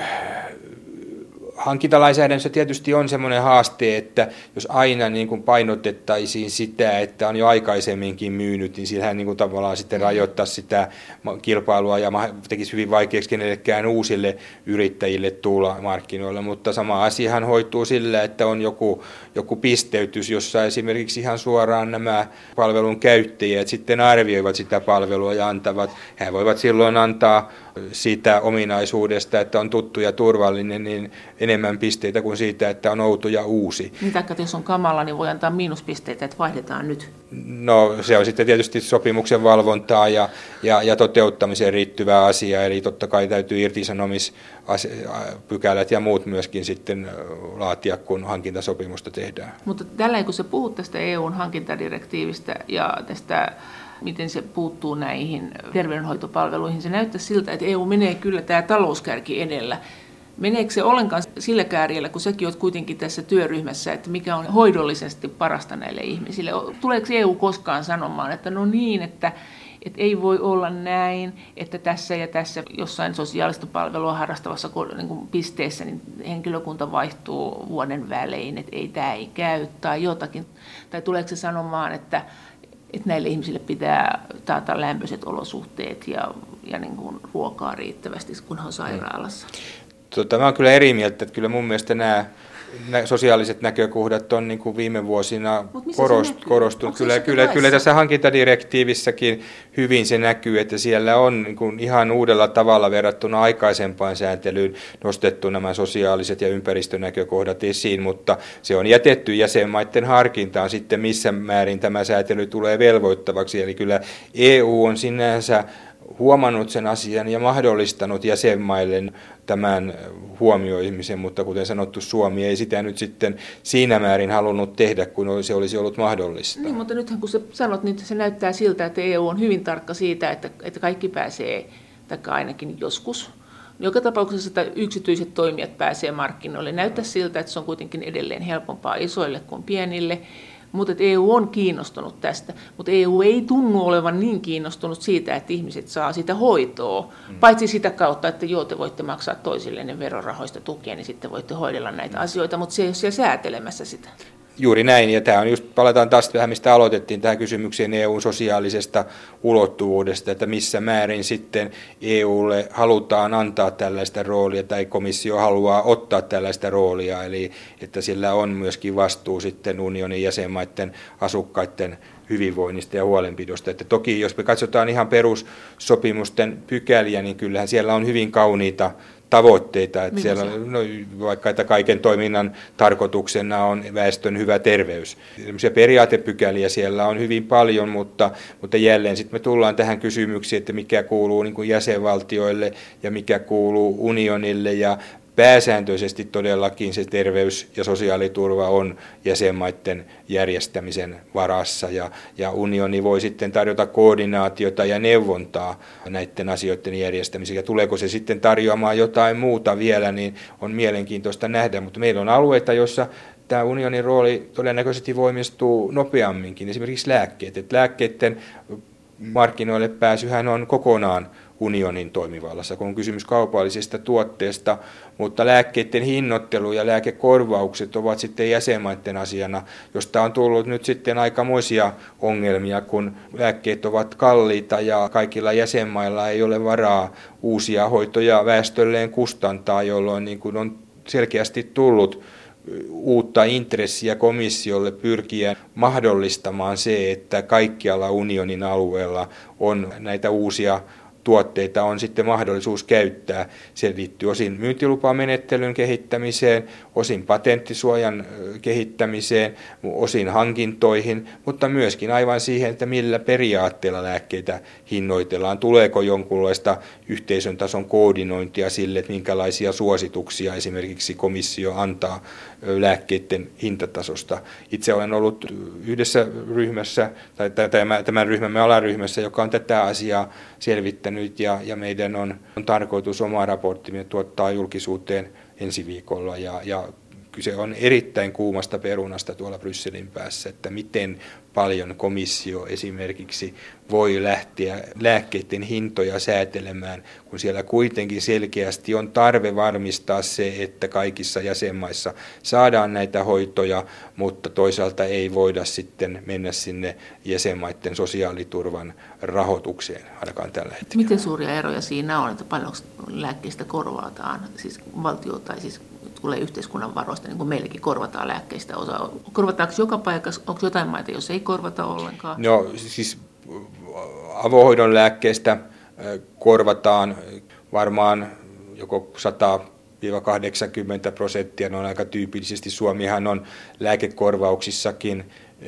Hankintalainsäädännössä tietysti on semmoinen haaste, että jos aina niin kuin painotettaisiin sitä, että on jo aikaisemminkin myynyt, niin sillähän niin kuin tavallaan sitten rajoittaa sitä kilpailua ja tekisi hyvin vaikeaksi kenellekään uusille yrittäjille tulla markkinoille, mutta sama asiahan hoituu sillä, että on joku, joku pisteytys, jossa esimerkiksi ihan suoraan nämä palvelun käyttäjät sitten arvioivat sitä palvelua ja antavat, he voivat silloin antaa siitä ominaisuudesta, että on tuttu ja turvallinen, niin enemmän pisteitä kuin siitä, että on outo ja uusi. Niin, taikka jos on kamala, niin voi antaa miinuspisteitä, että vaihdetaan nyt. No se on sitten tietysti sopimuksen valvontaa ja, ja, ja toteuttamiseen riittyvää asiaa, eli totta kai täytyy irtisanomispykälät ja muut myöskin sitten laatia, kun hankintasopimusta tehdään. Mutta tällä kun sä puhut tästä E U:n hankintadirektiivistä ja tästä miten se puuttuu näihin terveydenhoitopalveluihin. Se näyttää siltä, että E U menee kyllä tämä talouskärki edellä. Meneekö se ollenkaan sillä kärjellä, kun säkin olet kuitenkin tässä työryhmässä, että mikä on hoidollisesti parasta näille ihmisille? Tuleeko E U koskaan sanomaan, että no niin, että, että ei voi olla näin, että tässä ja tässä jossain sosiaalista palvelua harrastavassa niin kuin pisteessä niin henkilökunta vaihtuu vuoden välein, että ei tämä ei käy tai jotakin. Tai tuleeko se sanomaan, että että näille ihmisille pitää taata lämpöiset olosuhteet ja, ja niin kuin ruokaa riittävästi, kun he on sairaalassa. Tota, mä olen kyllä eri mieltä, että kyllä mun mielestä nämä, nämä sosiaaliset näkökohdat on niin kuin viime vuosina korost, korostunut. Kyllä, kyllä, kyllä tässä hankintadirektiivissäkin hyvin se näkyy, että siellä on niin kuin ihan uudella tavalla verrattuna aikaisempaan sääntelyyn nostettu nämä sosiaaliset ja ympäristönäkökohdat esiin, mutta se on jätetty jäsenmaiden harkintaan sitten, missä määrin tämä säätely tulee velvoittavaksi. Eli kyllä E U on sinänsä huomannut sen asian ja mahdollistanut jäsenmaille tämän huomioimisen, mutta kuten sanottu, Suomi ei sitä nyt sitten siinä määrin halunnut tehdä, kun se olisi ollut mahdollista. Niin, mutta nythän kun sä sanot, niin se näyttää siltä, että E U on hyvin tarkka siitä, että, että kaikki pääsee, tai ainakin joskus. Joka tapauksessa että yksityiset toimijat pääsee markkinoille. Näyttää siltä, että se on kuitenkin edelleen helpompaa isoille kuin pienille. Mutta E U on kiinnostunut tästä, mutta E U ei tunnu olevan niin kiinnostunut siitä, että ihmiset saa sitä hoitoa. Mm. Paitsi sitä kautta, että joo, te voitte maksaa toisillenne verorahoista tukea, niin sitten voitte hoidella näitä asioita, mutta se ei ole siellä säätelemässä sitä. Juuri näin, ja tämä on just, palataan taas vähän, mistä aloitettiin tähän kysymykseen E U:n sosiaalisesta ulottuvuudesta, että missä määrin sitten E U:lle halutaan antaa tällaista roolia, tai komissio haluaa ottaa tällaista roolia, eli että sillä on myöskin vastuu sitten unionin jäsenmaiden asukkaiden hyvinvoinnista ja huolenpidosta. Että toki jos me katsotaan ihan perussopimusten pykäliä, niin kyllähän siellä on hyvin kauniita tavoitteita, että siellä, no, vaikka että kaiken toiminnan tarkoituksena on väestön hyvä terveys. Sellaisia periaatepykäliä siellä on hyvin paljon, mutta, mutta jälleen sitten me tullaan tähän kysymykseen, että mikä kuuluu niin kuin jäsenvaltioille ja mikä kuuluu unionille, ja pääsääntöisesti todellakin se terveys- ja sosiaaliturva on jäsenmaiden järjestämisen varassa, ja, ja unioni voi sitten tarjota koordinaatiota ja neuvontaa näiden asioiden järjestämiseen. Ja tuleeko se sitten tarjoamaan jotain muuta vielä, niin on mielenkiintoista nähdä, mutta meillä on alueita, joissa tämä unionin rooli todennäköisesti voimistuu nopeamminkin, esimerkiksi lääkkeet. Että lääkkeiden markkinoille pääsyhän on kokonaan unionin toimivallassa, kun on kysymys kaupallisesta tuotteesta, mutta lääkkeiden hinnoittelu ja lääkekorvaukset ovat sitten jäsenmaiden asiana, josta on tullut nyt sitten aikamoisia ongelmia, kun lääkkeet ovat kalliita ja kaikilla jäsenmailla ei ole varaa uusia hoitoja väestölleen kustantaa, jolloin niin kuin on selkeästi tullut uutta intressiä komissiolle pyrkiä mahdollistamaan se, että kaikkialla unionin alueella on näitä uusia tuotteita on sitten mahdollisuus käyttää. Se liittyy osin myyntilupamenettelyn kehittämiseen, osin patenttisuojan kehittämiseen, osin hankintoihin, mutta myöskin aivan siihen, että millä periaatteella lääkkeitä hinnoitellaan. Tuleeko jonkunlaista yhteisön tason koordinointia sille, että minkälaisia suosituksia esimerkiksi komissio antaa lääkkeiden hintatasosta. Itse olen ollut yhdessä ryhmässä, tai tämän ryhmämme alaryhmässä, joka on tätä asiaa selvittänyt, ja, ja meidän on, on tarkoitus oma raporttimme tuottaa julkisuuteen ensi viikolla, ja, ja kyse on erittäin kuumasta perunasta tuolla Brysselin päässä, että miten paljon komissio esimerkiksi voi lähteä lääkkeiden hintoja säätelemään, kun siellä kuitenkin selkeästi on tarve varmistaa se, että kaikissa jäsenmaissa saadaan näitä hoitoja, mutta toisaalta ei voida sitten mennä sinne jäsenmaiden sosiaaliturvan rahoitukseen, ainakaan tällä hetkellä. Miten suuria eroja siinä on, että paljonko lääkkeistä korvataan, siis valtio tai siis tulee yhteiskunnan varoista, niin kuin meilläkin korvataan lääkkeistä osa. Korvataanko joka paikassa, onko jotain maita, jos ei korvata ollenkaan? No siis avohoidon lääkkeistä korvataan varmaan joko sata kahdeksankymmentä prosenttia, ne on aika tyypillisesti. Suomihan on lääkekorvauksissakin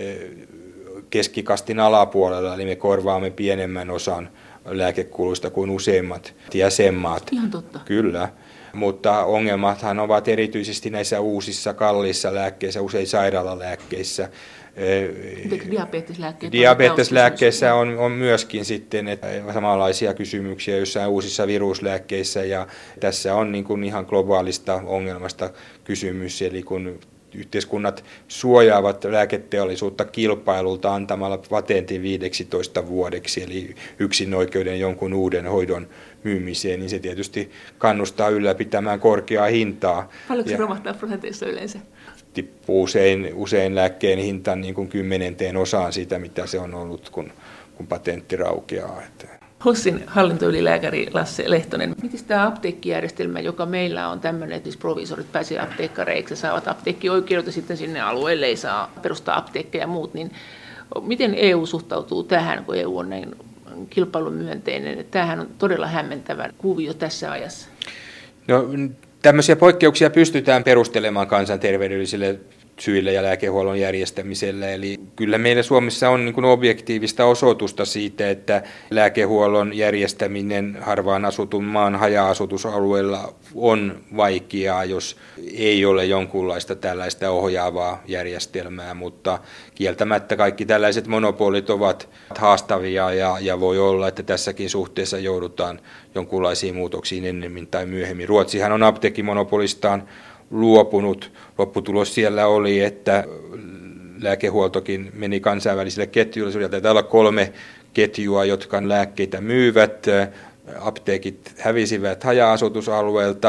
keskikastin alapuolella, eli me korvaamme pienemmän osan lääkekuluista kuin useimmat jäsenmaat. Ihan totta. Kyllä. Mutta ongelmathan ovat erityisesti näissä uusissa kalliissa lääkkeissä, usein sairaalalääkkeissä. Diabeteslääkkeet Diabeteslääkkeissä on, on myöskin sitten että samanlaisia kysymyksiä jossain uusissa viruslääkkeissä, ja tässä on niin kuin ihan globaalista ongelmasta kysymys, eli kun yhteiskunnat suojaavat lääketeollisuutta kilpailulta antamalla patentin viideksitoista vuodeksi, eli yksinoikeuden jonkun uuden hoidon myymiseen, niin se tietysti kannustaa ylläpitämään korkeaa hintaa. Paljonko se romahtaa prosenteissa yleensä? Tippuu usein, usein lääkkeen hinta niin kuin kymmenenteen osaan siitä, mitä se on ollut, kun, kun patentti raukeaa. Hossin hallintoylilääkäri Lasse Lehtonen, miten tämä apteekkijärjestelmä, joka meillä on tämmöinen, että proviisorit pääsevät apteekkareiksi ja saavat apteekkioikeudet ja sitten sinne alueelle ei saa perustaa apteekkeja ja muut, niin miten E U suhtautuu tähän, kun E U on näin kilpailumyönteinen? Tämähän on todella hämmentävä kuvio tässä ajassa. No, tämmöisiä poikkeuksia pystytään perustelemaan kansanterveydellisille syille ja lääkehuollon järjestämisellä. Eli kyllä meillä Suomessa on niin kuin objektiivista osoitusta siitä, että lääkehuollon järjestäminen harvaan asutun maan haja-asutusalueella on vaikeaa, jos ei ole jonkunlaista tällaista ohjaavaa järjestelmää, mutta kieltämättä kaikki tällaiset monopolit ovat haastavia, ja, ja voi olla, että tässäkin suhteessa joudutaan jonkunlaisiin muutoksiin ennemmin tai myöhemmin. Ruotsihan on apteekkimonopolistaan luopunut. Lopputulos siellä oli, että lääkehuoltokin meni kansainvälisille ketjuille. Siellä taitaa olla kolme ketjua, jotka lääkkeitä myyvät. Apteekit hävisivät haja-asutusalueelta.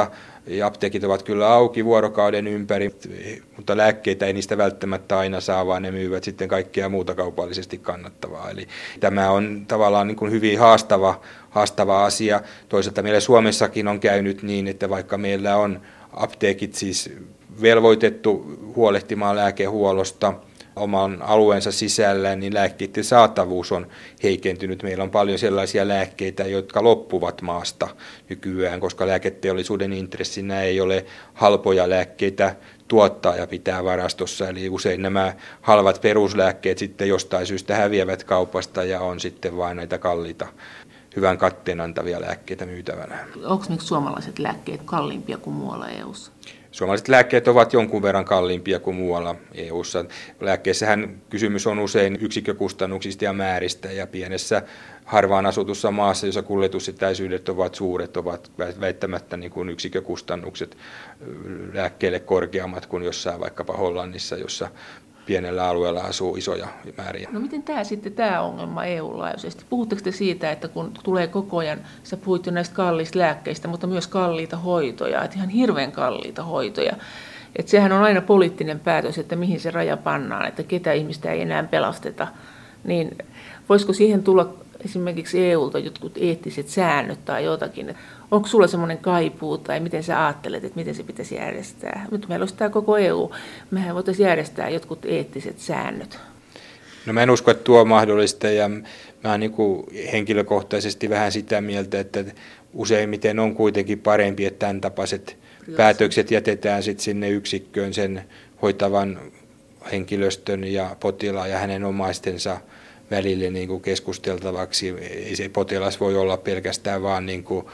Ja apteekit ovat kyllä auki vuorokauden ympäri, mutta lääkkeitä ei niistä välttämättä aina saa, vaan ne myyvät sitten kaikkea muuta kaupallisesti kannattavaa. Eli tämä on tavallaan niin kuin hyvin haastava, haastava asia. Toisaalta meillä Suomessakin on käynyt niin, että vaikka meillä on apteekit siis velvoitettu huolehtimaan lääkehuollosta oman alueensa sisällä, niin lääkkeiden saatavuus on heikentynyt. Meillä on paljon sellaisia lääkkeitä, jotka loppuvat maasta nykyään, koska lääketeollisuuden intressinä ei ole halpoja lääkkeitä tuottaa ja pitää varastossa. Eli usein nämä halvat peruslääkkeet sitten jostain syystä häviävät kaupasta ja on sitten vain näitä kalliita, hyvän katteen antavia lääkkeitä myytävänä. Onko nyt suomalaiset lääkkeet kalliimpia kuin muualla E U:ssa? Suomalaiset lääkkeet ovat jonkun verran kalliimpia kuin muualla E U:ssa. Lääkkeessähän kysymys on usein yksikkökustannuksista ja määristä, ja pienessä harvaan asutussa maassa, jossa kuljetusetäisyydet ovat suuret, ovat väittämättä niin kuin yksikkökustannukset lääkkeelle korkeammat kuin jossain vaikkapa Hollannissa, jossa pienellä alueella asuu isoja määriä. No miten tämä sitten tämä ongelma E U-laajuisesti? Puhutteko te siitä, että kun tulee koko ajan, sä puhuit jo näistä kalliista lääkkeistä, mutta myös kalliita hoitoja, että ihan hirveän kalliita hoitoja. Että sehän on aina poliittinen päätös, että mihin se raja pannaan, että ketä ihmistä ei enää pelasteta. Niin voisiko siihen tulla esimerkiksi E U:lta jotkut eettiset säännöt tai jotakin? Onko sulla semmoinen kaipuu tai miten sä ajattelet, että miten se pitäisi järjestää? Nyt meillä olisi tämä koko E U. Mehän voitaisiin järjestää jotkut eettiset säännöt. No mä en usko, että tuo on mahdollista, ja mä oon niin kuin henkilökohtaisesti vähän sitä mieltä, että useimmiten on kuitenkin parempi, että tämän tapaiset päätökset jätetään sitten sinne yksikköön sen hoitavan henkilöstön ja potilaan ja hänen omaistensa välille niin kuin keskusteltavaksi. Ei se potilas voi olla pelkästään vaan niin kuin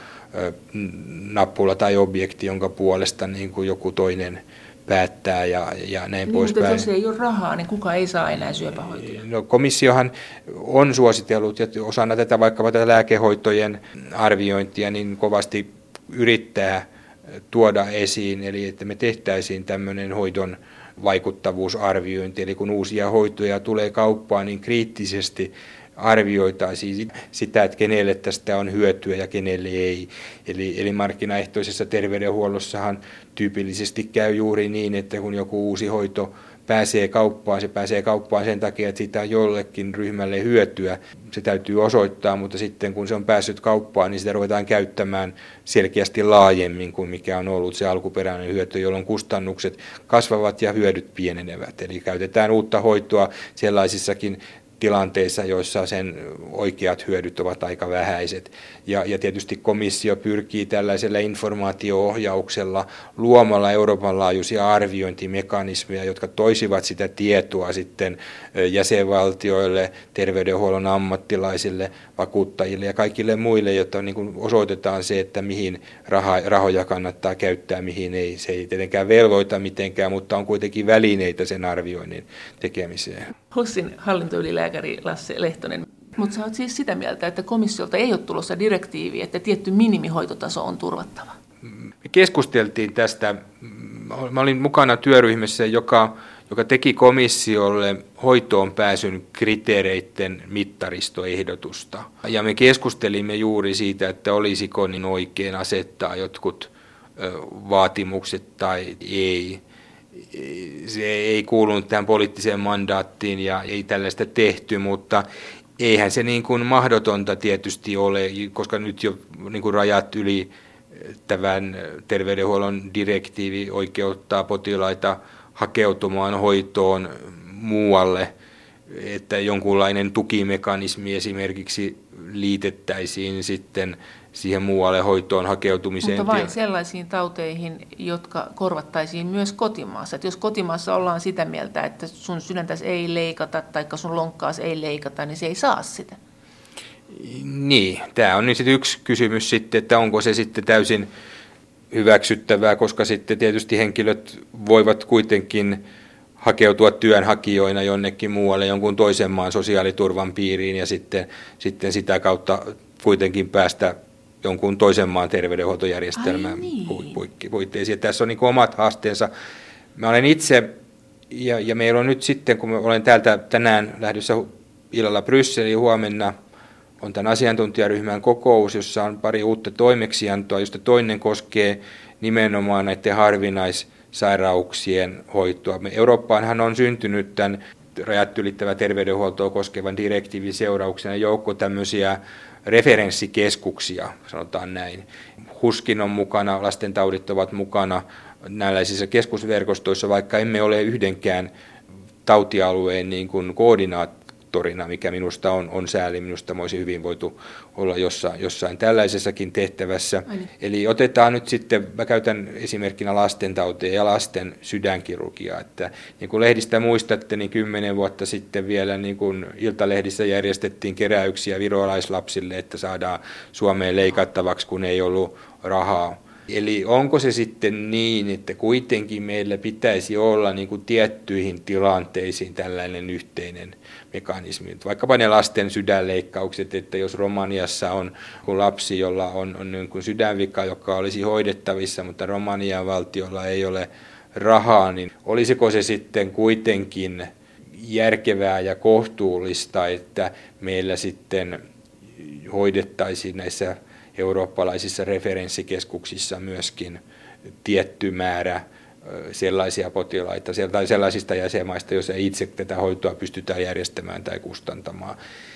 nappula tai objekti, jonka puolesta niin kuin joku toinen päättää ja, ja näin niin, poispäin. Mutta jos ei ole rahaa, niin kuka ei saa enää syöpähoitoja? No, komissiohan on suositellut, ja osana tätä vaikkapa tätä lääkehoitojen arviointia, niin kovasti yrittää tuoda esiin, eli että me tehtäisiin tämmöinen hoidon vaikuttavuusarviointi, eli kun uusia hoitoja tulee kauppaan, niin kriittisesti arvioitaisiin sitä, että kenelle tästä on hyötyä ja kenelle ei. Eli, eli markkinaehtoisessa terveydenhuollossahan tyypillisesti käy juuri niin, että kun joku uusi hoito pääsee kauppaan, se pääsee kauppaan sen takia, että siitä on jollekin ryhmälle hyötyä. Se täytyy osoittaa, mutta sitten kun se on päässyt kauppaan, niin sitä ruvetaan käyttämään selkeästi laajemmin kuin mikä on ollut se alkuperäinen hyöty, jolloin kustannukset kasvavat ja hyödyt pienenevät. Eli käytetään uutta hoitoa sellaisissakin tilanteissa, joissa sen oikeat hyödyt ovat aika vähäiset. Ja, ja tietysti komissio pyrkii tällaisella informaatio-ohjauksella luomalla Euroopan laajuisia arviointimekanismeja, jotka toisivat sitä tietoa sitten jäsenvaltioille, terveydenhuollon ammattilaisille, vakuuttajille ja kaikille muille, jotta niin kuin osoitetaan se, että mihin raha, rahoja kannattaa käyttää, mihin ei. Se ei tietenkään velvoita mitenkään, mutta on kuitenkin välineitä sen arvioinnin tekemiseen. HOSin hallintoylilääkäri Lasse Lehtonen. Mutta sä oot siis sitä mieltä, että komissiolta ei ole tulossa direktiivi, että tietty minimihoitotaso on turvattava. Me keskusteltiin tästä. Mä olin mukana työryhmässä, joka, joka teki komissiolle hoitoon pääsyn kriteereiden mittaristoehdotusta. Ja me keskustelimme juuri siitä, että olisiko niin oikein asettaa jotkut vaatimukset tai ei. Se ei kuulunut tähän poliittiseen mandaattiin ja ei tällaista tehty, mutta eihän se niin kuin mahdotonta tietysti ole, koska nyt jo niin kuin rajat yli tämän terveydenhuollon direktiivi oikeuttaa potilaita hakeutumaan hoitoon muualle, että jonkunlainen tukimekanismi esimerkiksi liitettäisiin sitten siihen muualle hoitoon hakeutumiseen. Mutta vain sellaisiin tauteihin, jotka korvattaisiin myös kotimaassa. Että jos kotimaassa ollaan sitä mieltä, että sun sydäntäsi ei leikata tai sun lonkkaas ei leikata, niin se ei saa sitä. Niin, tämä on nyt sitten yksi kysymys sitten, että onko se sitten täysin hyväksyttävää, koska sitten tietysti henkilöt voivat kuitenkin hakeutua työnhakijoina jonnekin muualle jonkun toisen maan sosiaaliturvan piiriin ja sitten, sitten sitä kautta kuitenkin päästä jonkun toisen maan terveydenhuoltojärjestelmän niin. puitteisiin. Tässä on niin kuin omat haasteensa. Mä olen itse, ja, ja meillä on nyt sitten, kun olen täältä tänään lähdössä illalla Brysseliin, huomenna on tämän asiantuntijaryhmän kokous, jossa on pari uutta toimeksiantoa, josta toinen koskee nimenomaan näiden harvinaissairauksien hoitoa. Me Eurooppaanhan on syntynyt tämän rajat ylittävää terveydenhuoltoa koskevan direktiivin seurauksena joukko tämmöisiä referenssikeskuksia, sanotaan näin. HUSkin on mukana, lastentaudit ovat mukana näissä keskusverkostoissa, vaikka emme ole yhdenkään tautialueen niin kuin koordinaattorina, mikä minusta on, on sääli. Minusta me olisi hyvin voitu olla jossain, jossain tällaisessakin tehtävässä. Aini. Eli otetaan nyt sitten, mä käytän esimerkkinä lastentauteja ja lasten sydänkirurgiaa. Että, niin kuin lehdistä muistatte, niin kymmenen vuotta sitten vielä niin kuin Iltalehdissä järjestettiin keräyksiä virolaislapsille, että saadaan Suomeen leikattavaksi, kun ei ollut rahaa. Eli onko se sitten niin, että kuitenkin meillä pitäisi olla niin kuin tiettyihin tilanteisiin tällainen yhteinen mekanismi. Vaikkapa ne lasten sydänleikkaukset, että jos Romaniassa on lapsi, jolla on, on niin kuin sydänvika, joka olisi hoidettavissa, mutta Romanian valtiolla ei ole rahaa, niin olisiko se sitten kuitenkin järkevää ja kohtuullista, että meillä sitten hoidettaisiin näissä eurooppalaisissa referenssikeskuksissa myöskin tietty määrä sellaisia potilaita tai sellaisista jäsenmaista, joissa itse tätä hoitoa pystytään järjestämään tai kustantamaan.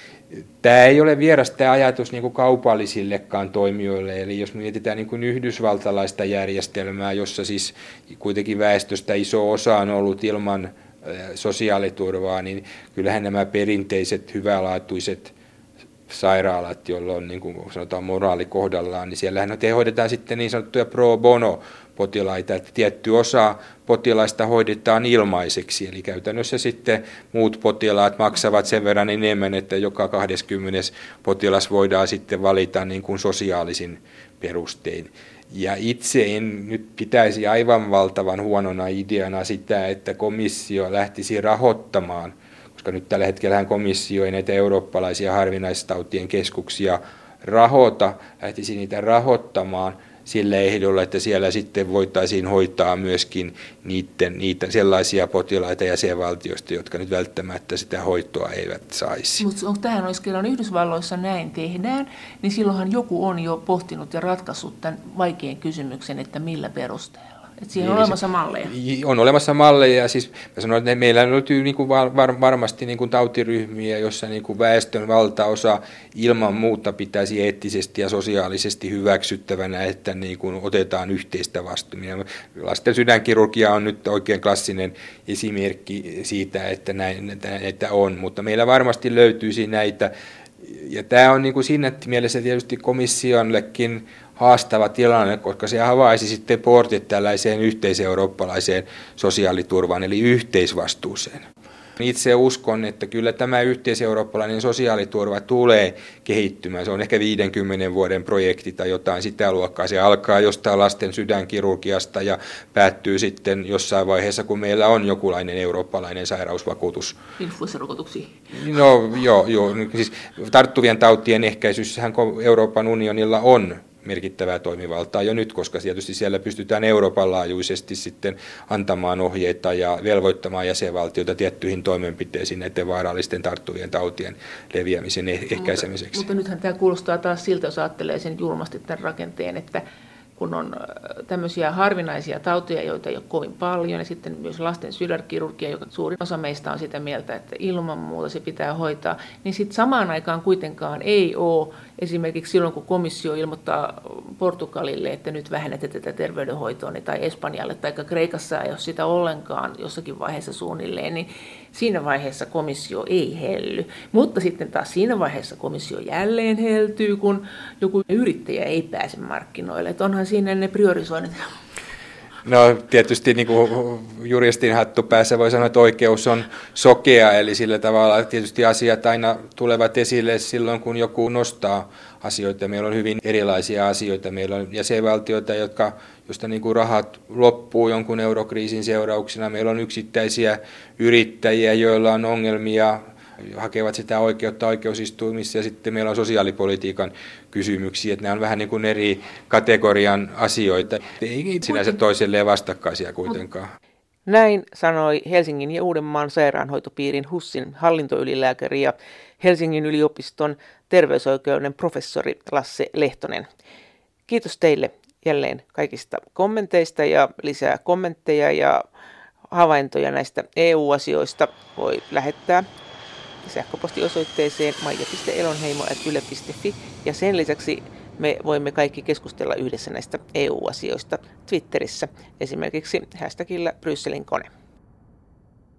Tämä ei ole vieras tämä ajatus niin kuin kaupallisillekaan toimijoille, eli jos mietitään niin kuin yhdysvaltalaista järjestelmää, jossa siis kuitenkin väestöstä iso osa on ollut ilman sosiaaliturvaa, niin kyllähän nämä perinteiset hyvälaatuiset sairaalat, joilla on niin kuin sanotaan moraali kohdallaan, niin siellähän te hoidetaan sitten niin sanottuja pro bono potilaita, että tietty osa potilaista hoidetaan ilmaiseksi, eli käytännössä sitten muut potilaat maksavat sen verran enemmän, että joka kahdeskymmenes potilas voidaan sitten valita niin kuin sosiaalisin perustein. Ja itse en nyt pitäisi aivan valtavan huonona ideana sitä, että komissio lähtisi rahoittamaan, koska nyt tällä hetkellä komissio ei näitä eurooppalaisia harvinaistautien keskuksia rahoita, lähtisi niitä rahoittamaan sillä ehdolla, että siellä sitten voitaisiin hoitaa myöskin niiden, niitä sellaisia potilaita jäsenvaltioista, jotka nyt välttämättä sitä hoitoa eivät saisi. Mutta onko tähän olisi kerran Yhdysvalloissa näin tehdään, niin silloinhan joku on jo pohtinut ja ratkaissut tämän vaikean kysymyksen, että millä perusteella. Että siihen on olemassa malleja. On olemassa malleja, ja siis mä sanoin, että meillä löytyy niin kuin var, var, varmasti niin kuin tautiryhmiä, jossa niin kuin väestön valtaosa ilman muuta pitäisi eettisesti ja sosiaalisesti hyväksyttävänä, että niin kuin otetaan yhteistä vastuuta. Lasten sydänkirurgia on nyt oikein klassinen esimerkki siitä, että näin että on, mutta meillä varmasti löytyisi näitä. Ja tämä on niin kuin siinä mielessä tietysti komissionlekin haastava tilanne, koska se avaisi sitten portit tällaiseen yhteiseurooppalaiseen sosiaaliturvaan, eli yhteisvastuuseen. Itse uskon, että kyllä tämä yhteiseurooppalainen sosiaaliturva tulee kehittymään. Se on ehkä viidenkymmenen vuoden projekti tai jotain sitä luokkaa. Se alkaa jostain lasten sydänkirurgiasta ja päättyy sitten jossain vaiheessa, kun meillä on jokulainen eurooppalainen sairausvakuutus. Influenssarokotuksia. No joo, joo. Siis tarttuvien tautien ehkäisyssähän Euroopan unionilla on merkittävää toimivaltaa jo nyt, koska tietysti siellä pystytään Euroopan laajuisesti sitten antamaan ohjeita ja velvoittamaan jäsenvaltioita tiettyihin toimenpiteisiin näiden vaarallisten tarttuvien tautien leviämisen ehkäisemiseksi. Mutta, mutta nythän tämä kuulostaa taas siltä, jos ajattelee sen julmasti tämän rakenteen, että kun on tämmöisiä harvinaisia tauteja, joita ei ole kovin paljon, ja sitten myös lasten sydänkirurgia, joka suurin osa meistä on sitä mieltä, että ilman muuta se pitää hoitaa, niin sitten samaan aikaan kuitenkaan ei ole, esimerkiksi silloin kun komissio ilmoittaa Portugalille, että nyt vähennetään tätä terveydenhoitoa, tai Espanjalle tai Kreikassa ei ole sitä ollenkaan jossakin vaiheessa suunnilleen, niin siinä vaiheessa komissio ei helly. Mutta sitten taas siinä vaiheessa komissio jälleen heltyy, kun joku yrittäjä ei pääse markkinoille. Että onhan siinä ne priorisoinnit. No tietysti niin kuin juristin hattu päässä voi sanoa, että oikeus on sokea, eli sillä tavalla tietysti asiat aina tulevat esille silloin, kun joku nostaa asioita. Meillä on hyvin erilaisia asioita. Meillä on jäsenvaltioita, jotka, joista niin kuin rahat loppuu jonkun eurokriisin seurauksena. Meillä on yksittäisiä yrittäjiä, joilla on ongelmia, hakevat sitä oikeutta oikeusistuimissa, ja sitten meillä on sosiaalipolitiikan kysymyksiä, että nämä on vähän niin kuin eri kategorian asioita. Ei sinänsä toiselleen vastakkaisia kuitenkaan. Näin sanoi Helsingin ja Uudenmaan sairaanhoitopiirin HUSin hallintoylilääkäri ja Helsingin yliopiston terveysoikeuden professori Lasse Lehtonen. Kiitos teille jälleen kaikista kommenteista ja lisää kommentteja ja havaintoja näistä E U-asioista voi lähettää sähköpostiosoitteeseen maija piste elonheimo ät yle piste fi ja sen lisäksi me voimme kaikki keskustella yhdessä näistä E U-asioista Twitterissä, esimerkiksi hashtagillä Brysselin kone.